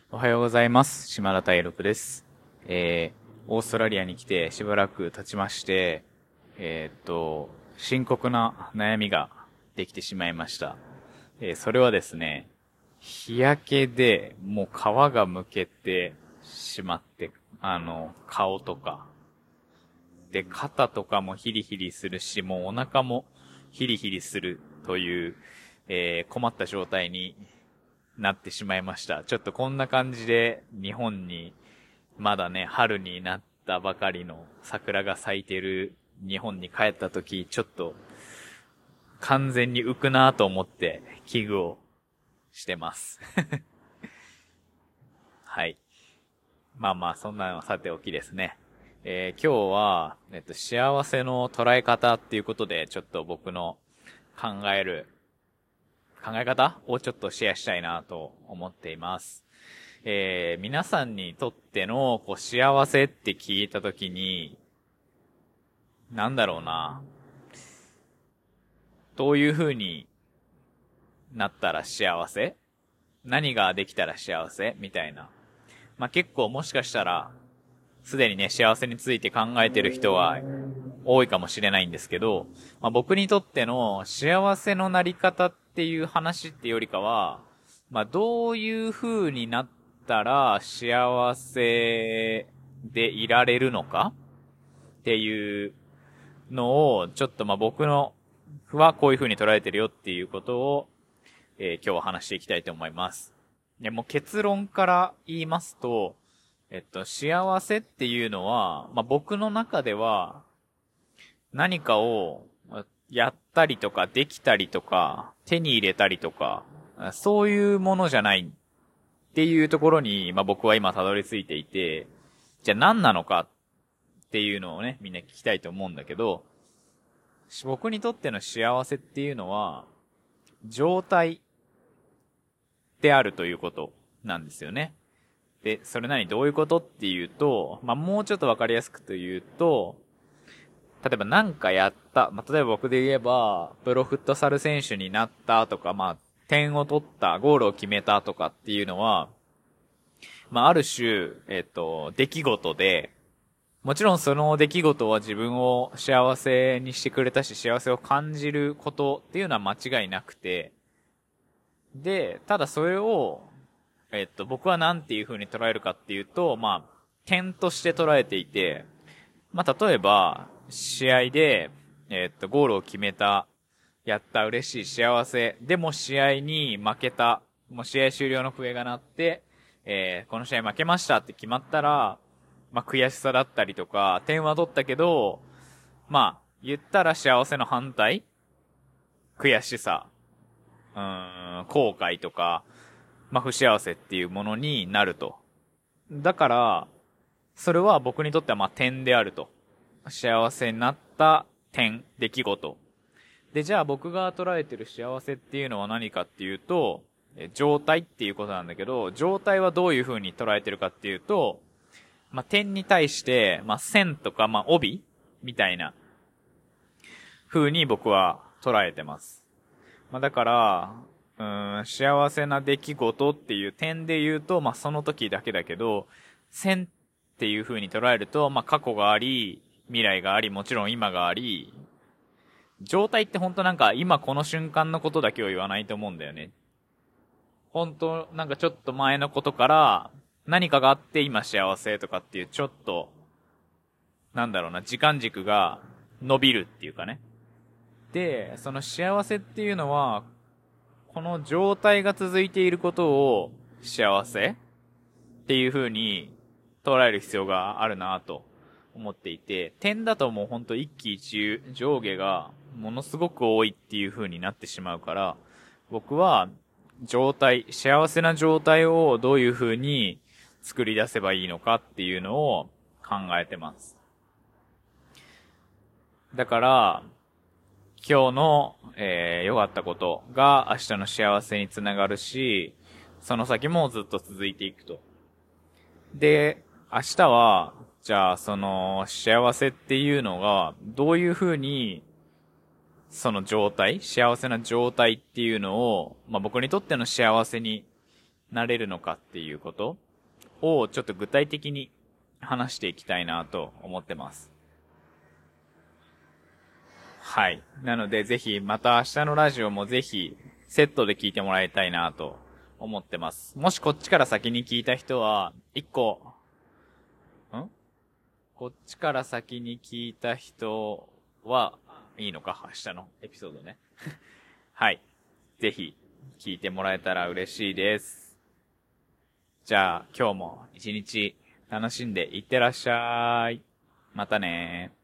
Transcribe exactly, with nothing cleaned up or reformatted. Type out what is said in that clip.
おはようございます。島田大六です。えー、オーストラリアに来てしばらく経ちまして、えーっと、深刻な悩みができてしまいました。えーそれはですね、日焼けでもう皮がむけてしまって、あの、顔とか、で、肩とかもヒリヒリするし、もうお腹もヒリヒリするという、えー困った状態になってしまいました。ちょっとこんな感じで日本にまだね、春になったばかりの桜が咲いてる日本に帰った時、ちょっと完全に浮くなぁと思って危惧をしてます。はい。まあまあ、そんなのはさておきですね。えー今日は、えっと、幸せの捉え方っていうことで、ちょっと僕の考える、考え方をちょっとシェアしたいなと思っています。えー皆さんにとっての、こう、幸せって聞いたときに、なんだろうな。どういう風になったら幸せ何ができたら幸せみたいな。まあ、結構もしかしたら、すでにね、幸せについて考えてる人は多いかもしれないんですけど、まあ、僕にとっての幸せのなり方っていう話ってよりかは、まあ、どういう風になったら幸せでいられるのかっていうのを、ちょっとまあ僕のはこういう風に捉えてるよっていうことを、えー今日は話していきたいと思います。でもう結論から言いますと、えっと、幸せっていうのは、まあ僕の中では何かをやったりとかできたりとか手に入れたりとか、そういうものじゃないっていうところに、まあ僕は今たどり着いていて、じゃあ何なのかっていうのをね、みんな聞きたいと思うんだけど、僕にとっての幸せっていうのは、状態であるということなんですよね。で、それ何どういうことっていうと、まあ、もうちょっとわかりやすくと言うと、例えば何かやった、まあ、例えば僕で言えば、プロフットサル選手になったとか、まあ、点を取った、ゴールを決めたとかっていうのは、まあ、ある種、えっと、出来事で、もちろんその出来事は自分を幸せにしてくれたし、幸せを感じることっていうのは間違いなくて、で、ただそれを、えっと、僕はなんていう風に捉えるかっていうと、まあ、点として捉えていて、まあ、例えば、試合で、えっと、ゴールを決めた、やった、嬉しい、幸せ、でも試合に負けた、もう試合終了の笛が鳴って、えー、この試合負けましたって決まったら、まあ、悔しさだったりとか、点は取ったけど、まあ、言ったら幸せの反対悔しさ、うーん、後悔とか、まあ、不幸せっていうものになると。だから、それは僕にとってはまあ点であると。幸せになった点、出来事。で、じゃあ僕が捉えてる幸せっていうのは何かっていうと、え状態っていうことなんだけど、状態はどういう風に捉えてるかっていうと、まあ、点に対して、まあ、線とか、まあ、帯みたいな風に僕は捉えてます。まあ、だから、うーん、幸せな出来事っていう点で言うと、まあ、その時だけだけど、線っていう風に捉えると、まあ、過去があり、未来があり、もちろん今があり、状態って本当なんか今この瞬間のことだけを言わないと思うんだよね。本当なんかちょっと前のことから何かがあって今幸せとかっていうちょっと、なんだろうな、時間軸が伸びるっていうかね。で、その幸せっていうのは、この状態が続いていることを幸せっていう風に捉える必要があるなと思っていて、点だともうほんと一喜一憂、上下がものすごく多いっていう風になってしまうから、僕は状態、幸せな状態をどういう風に作り出せばいいのかっていうのを考えてます。だから、今日の、えー、良かったことが明日の幸せにつながるし、その先もずっと続いていくと。で、明日は、じゃあ、その、幸せっていうのが、どういう風に、その状態、幸せな状態っていうのを、まあ僕にとっての幸せになれるのかっていうことをちょっと具体的に話していきたいなと思ってます。はい。なのでぜひまた明日のラジオもぜひセットで聞いてもらいたいなと思ってます。もしこっちから先に聞いた人は、一個、んこっちから先に聞いた人はいいのか明日のエピソードね。はい。ぜひ聞いてもらえたら嬉しいです。じゃあ今日も一日楽しんでいってらっしゃい。またねー。